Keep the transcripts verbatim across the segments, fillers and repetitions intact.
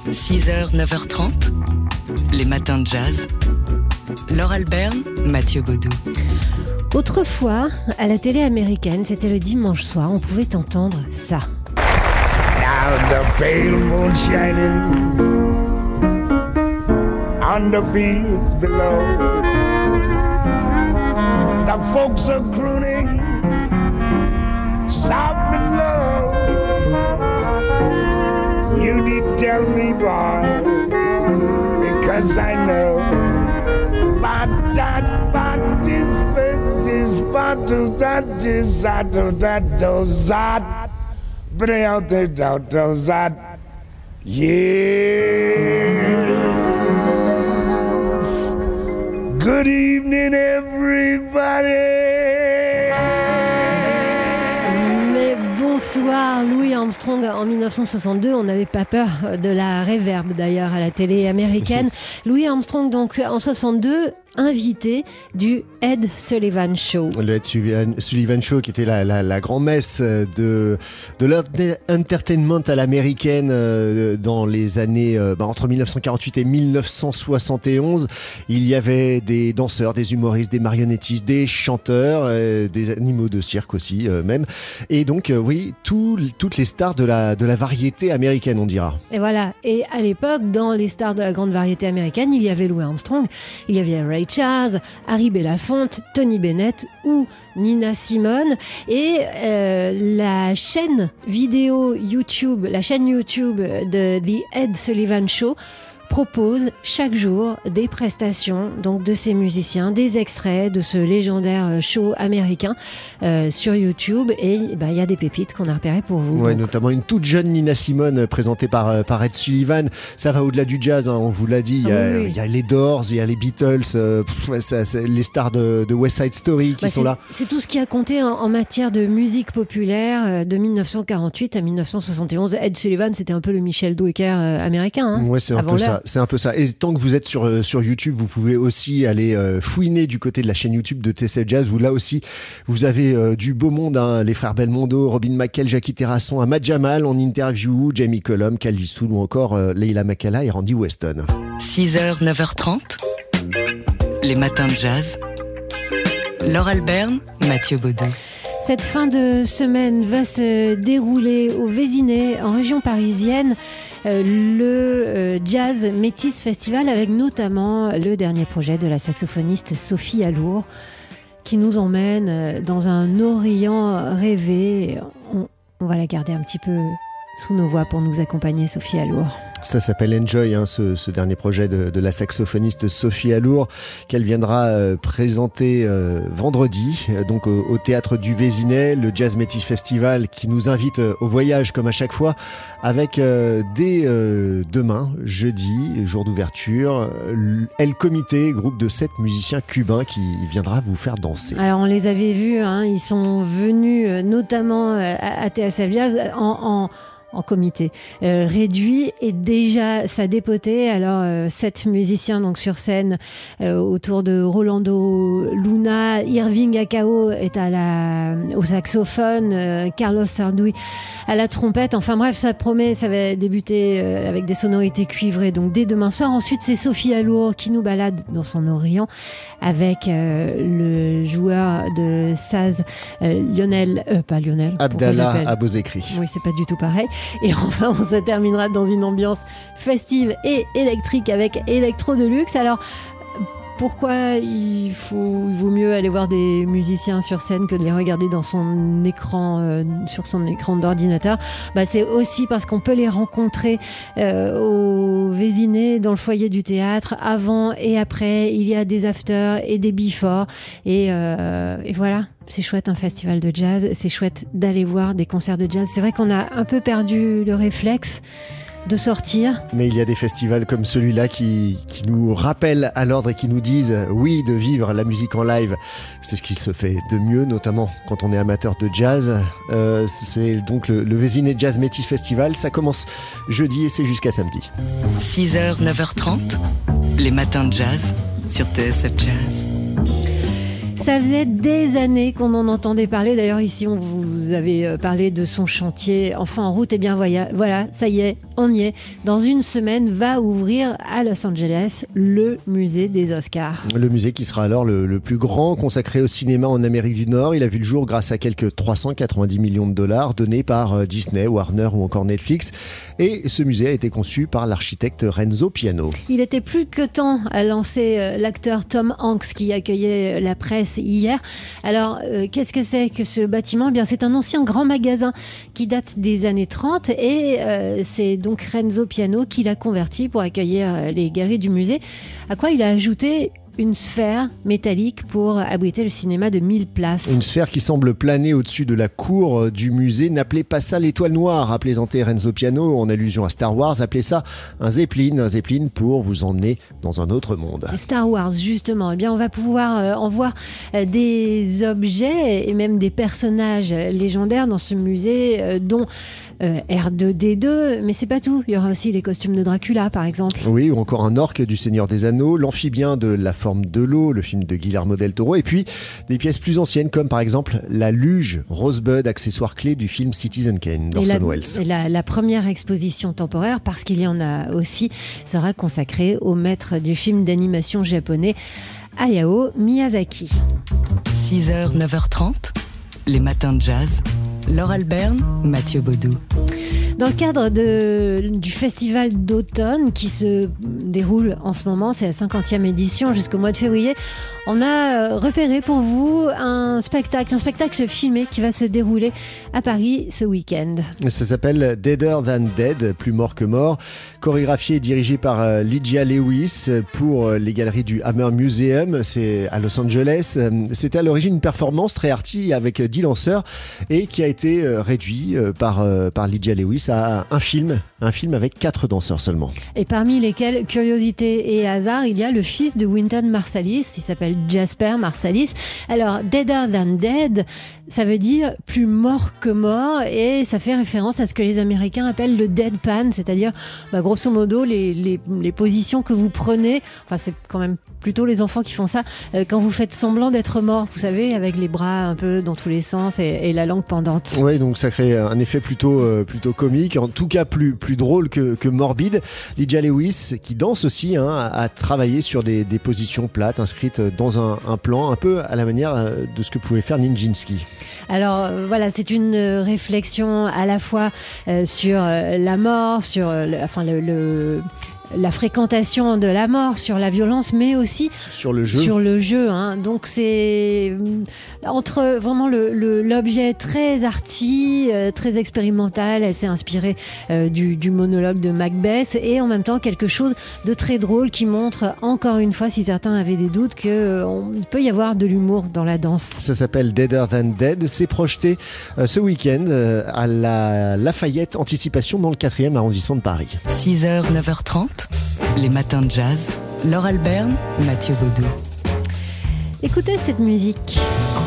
six heures, neuf heures trente, les matins de jazz. Laure Alberne, Mathieu Baudou. Autrefois, à la télé américaine, c'était le dimanche soir, on pouvait entendre ça. Now the pale moon shining on the fields below. The folks are crooning soft and low. You need tell me, boy, because I know. But that, but this, but this, but that, this, that, that, those, that, but out there, out those, that, yes. Good evening, everybody. Bonsoir, Louis Armstrong en dix-neuf cent soixante-deux. On n'avait pas peur de la réverb d'ailleurs à la télé américaine. Louis Armstrong donc en soixante-deux, invité du Ed Sullivan Show. Le Ed Sullivan Show qui était la, la, la grand-messe de, de l'entertainment à l'américaine euh, dans les années euh, bah, entre dix-neuf cent quarante-huit et dix-neuf cent soixante et onze. Il y avait des danseurs, des humoristes, des marionnettistes, des chanteurs, euh, des animaux de cirque aussi euh, même. Et donc euh, oui, tout, toutes les stars de la, de la variété américaine, on dira. Et voilà. Et à l'époque, dans les stars de la grande variété américaine, il y avait Louis Armstrong, il y avait Ray Charles, Harry Belafonte, Tony Bennett ou Nina Simone. Et euh, la chaîne vidéo YouTube, la chaîne YouTube de The Ed Sullivan Show propose chaque jour des prestations donc de ces musiciens, des extraits de ce légendaire show américain euh, sur YouTube, et il bah, y a des pépites qu'on a repérées pour vous. Ouais, notamment une toute jeune Nina Simone présentée par, par Ed Sullivan. Ça va au-delà du jazz, hein, on vous l'a dit. Il y, a, oui, oui. y a les Doors, il y a les Beatles, euh, pff, ça, c'est les stars de, de West Side Story qui bah, sont là. C'est tout ce qui a compté en, en matière de musique populaire de dix-neuf cent quarante-huit à dix-neuf cent soixante et onze. Ed Sullivan, c'était un peu le Michel Drucker euh, américain. Hein, ouais, c'est un peu ça. C'est un peu ça. Et tant que vous êtes sur, sur YouTube, vous pouvez aussi aller euh, fouiner du côté de la chaîne YouTube de T S F Jazz, où là aussi, vous avez euh, du beau monde, hein, les frères Belmondo, Robin McKell, Jackie Terrasson, Ahmad Jamal en interview, Jamie Cullum, Calvi Soul ou encore euh, Leila Makala et Randy Weston. six heures, neuf heures trente, les matins de jazz. Laure Alberne, Mathieu Baudou. Cette fin de semaine va se dérouler au Vésinet, en région parisienne, euh, le euh, Jazz Métis Festival, avec notamment le dernier projet de la saxophoniste Sophie Allour, qui nous emmène dans un Orient rêvé. On, on va la garder un petit peu sous nos voix pour nous accompagner, Sophie Allour. Ça s'appelle Enjoy, hein, ce, ce dernier projet de, de la saxophoniste Sophie Allour, qu'elle viendra euh, présenter euh, vendredi, euh, donc au, au Théâtre du Vésinet, le Jazz Métis Festival qui nous invite euh, au voyage comme à chaque fois, avec euh, dès euh, demain, jeudi, jour d'ouverture, El Comité, groupe de sept musiciens cubains qui viendra vous faire danser. Alors on les avait vus, hein, ils sont venus euh, notamment euh, à, à T S F Jazz en... en en comité euh, réduit, et déjà ça dépotait. Alors euh, sept musiciens donc sur scène euh, autour de Rolando Luna, Irving Akao est à la au saxophone, euh, Carlos Sarduy à la trompette. Enfin bref, ça promet, ça va débuter euh, avec des sonorités cuivrées donc dès demain soir. Ensuite c'est Sophie Allour qui nous balade dans son Orient avec euh, le joueur de saz euh, Lionel euh, pas Lionel Abdallah Abozekri. Oui, c'est pas du tout pareil. Et enfin, on se terminera dans une ambiance festive et électrique avec Electro Deluxe. Alors, pourquoi il, faut, il vaut mieux aller voir des musiciens sur scène que de les regarder dans son écran, euh, sur son écran d'ordinateur? Bah, c'est aussi parce qu'on peut les rencontrer euh, au Vésinet, dans le foyer du théâtre, avant et après. Il y a des afters et des before. Et, euh, et voilà. C'est chouette un festival de jazz, c'est chouette d'aller voir des concerts de jazz. C'est vrai qu'on a un peu perdu le réflexe de sortir. Mais il y a des festivals comme celui-là qui, qui nous rappellent à l'ordre et qui nous disent oui, de vivre la musique en live, c'est ce qui se fait de mieux, notamment quand on est amateur de jazz. Euh, c'est donc le, le Vésinet Jazz Métis Festival. Ça commence jeudi et c'est jusqu'à samedi. six heures, neuf heures trente, les matins de jazz sur T S F Jazz. Ça faisait des années qu'on en entendait parler. D'ailleurs, ici, on vous vous avez parlé de son chantier enfin en route. Et bien voilà, voilà, ça y est, on y est. Dans une semaine va ouvrir à Los Angeles le musée des Oscars. Le musée qui sera alors le, le plus grand consacré au cinéma en Amérique du Nord. Il a vu le jour grâce à quelques trois cent quatre-vingt-dix millions de dollars donnés par Disney, Warner ou encore Netflix. Et ce musée a été conçu par l'architecte Renzo Piano. Il était plus que temps à lancer l'acteur Tom Hanks qui accueillait la presse hier. Alors, euh, qu'est-ce que c'est que ce bâtiment ? Eh bien, c'est un ancien grand magasin qui date des années trente et euh, c'est donc Renzo Piano qui l'a converti pour accueillir les galeries du musée. À quoi il a ajouté une sphère métallique pour abriter le cinéma de mille places. Une sphère qui semble planer au-dessus de la cour du musée. N'appelez pas ça l'étoile noire, a plaisanté Renzo Piano en allusion à Star Wars. Appelez ça un Zeppelin, un Zeppelin pour vous emmener dans un autre monde. Star Wars, justement. Eh bien, on va pouvoir euh, en voir euh, des objets et même des personnages légendaires dans ce musée, euh, dont euh, R deux D deux. Mais c'est pas tout. Il y aura aussi les costumes de Dracula, par exemple. Oui, ou encore un orque du Seigneur des Anneaux, l'amphibien de La Forme de l'eau, le film de Guillermo del Toro, et puis des pièces plus anciennes comme par exemple la luge Rosebud, accessoire clé du film Citizen Kane d'Orson Welles. Et la, la première exposition temporaire, parce qu'il y en a aussi, sera consacrée au maître du film d'animation japonais Hayao Miyazaki. six heures, neuf heures trente, les matins de jazz. Laure Alberne, Mathieu Baudou. Dans le cadre de, du festival d'automne qui se déroule en ce moment, c'est la cinquantième édition jusqu'au mois de février, on a repéré pour vous un spectacle, un spectacle filmé qui va se dérouler à Paris ce week-end. Ça s'appelle Deader Than Dead, plus mort que mort, chorégraphié et dirigé par Lydia Lewis pour les galeries du Hammer Museum, c'est à Los Angeles. C'était à l'origine une performance très arty avec dix danseurs et qui a été réduit par, par Lydia Lewis à un film, un film avec quatre danseurs seulement. Et parmi lesquels, curiosité et hasard, il y a le fils de Wynton Marsalis, il s'appelle Jasper Marsalis. Alors, Deader Than Dead, ça veut dire plus mort que mort et ça fait référence à ce que les Américains appellent le deadpan, c'est-à-dire, bah, grosso modo, les, les, les positions que vous prenez, enfin c'est quand même plutôt les enfants qui font ça, euh, quand vous faites semblant d'être mort, vous savez, avec les bras un peu dans tous les sens et, et la langue pendante. Oui, donc ça crée un effet plutôt, euh, plutôt comique, en tout cas plus, plus drôle que, que morbide. Lydia Lewis, qui danse aussi, hein, a, a travaillé sur des, des positions plates, inscrites dans un, un plan, un peu à la manière de ce que pouvait faire Nijinsky. Alors euh, voilà, c'est une réflexion à la fois euh, sur euh, la mort, sur euh, le, enfin le, le la fréquentation de la mort, sur la violence, mais aussi sur le jeu. Sur le jeu, hein. Donc c'est entre vraiment le, le, l'objet très arty, euh, très expérimental. Elle s'est inspirée euh, du, du monologue de Macbeth et en même temps quelque chose de très drôle qui montre encore une fois, si certains avaient des doutes, qu'il euh, peut y avoir de l'humour dans la danse. Ça s'appelle Deader Than Dead. C'est projeté euh, ce week-end euh, à la Lafayette Anticipation dans le quatrième arrondissement de Paris. six heures, neuf heures trente. Les matins de jazz, Laure Alberne, Mathieu Baudou. Écoutez cette musique.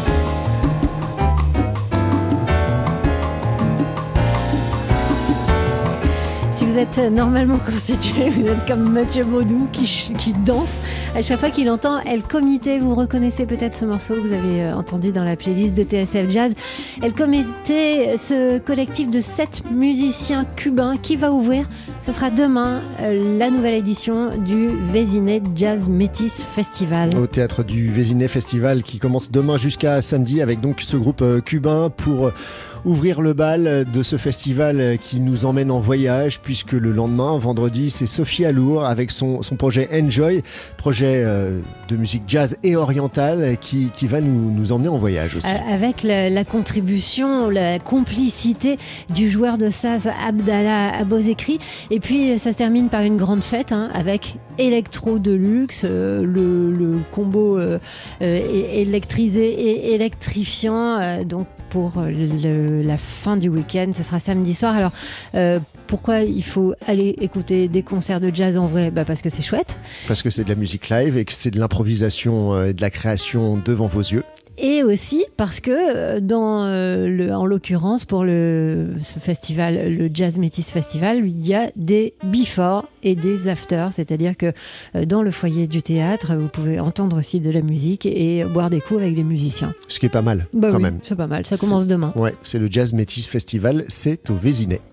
Si vous êtes normalement constitué, vous êtes comme Mathieu Baudou qui, qui danse à chaque fois qu'il entend El Comité. Vous reconnaissez peut-être ce morceau que vous avez entendu dans la playlist de T S F Jazz. El Comité, ce collectif de sept musiciens cubains qui va ouvrir, ce sera demain, la nouvelle édition du Vésinet Jazz Métis Festival. Au théâtre du Vésinet Festival qui commence demain jusqu'à samedi avec donc ce groupe cubain pour ouvrir le bal de ce festival qui nous emmène en voyage, puisque le lendemain, vendredi, c'est Sophie Alour avec son, son projet Enjoy, projet euh, de musique jazz et orientale qui, qui va nous, nous emmener en voyage aussi. Avec la, la contribution, la complicité du joueur de saz Abdallah Abozekri. Et puis ça se termine par une grande fête, hein, avec Electro Deluxe, euh, le, le combo euh, euh, électrisé et électrifiant, euh, donc pour le, la fin du week-end, ce sera samedi soir. Alors, euh, pourquoi il faut aller écouter des concerts de jazz en vrai ? Bah parce que c'est chouette. Parce que c'est de la musique live et que c'est de l'improvisation et de la création devant vos yeux. Et aussi parce que, dans, euh, le, en l'occurrence, pour le, ce festival, le Jazz Métis Festival, il y a des before et des after. C'est-à-dire que euh, dans le foyer du théâtre, vous pouvez entendre aussi de la musique et boire des coups avec les musiciens. Ce qui est pas mal, Bah quand oui, même. c'est pas mal. Ça commence demain. Ouais, c'est le Jazz Métis Festival, c'est au Vésinet.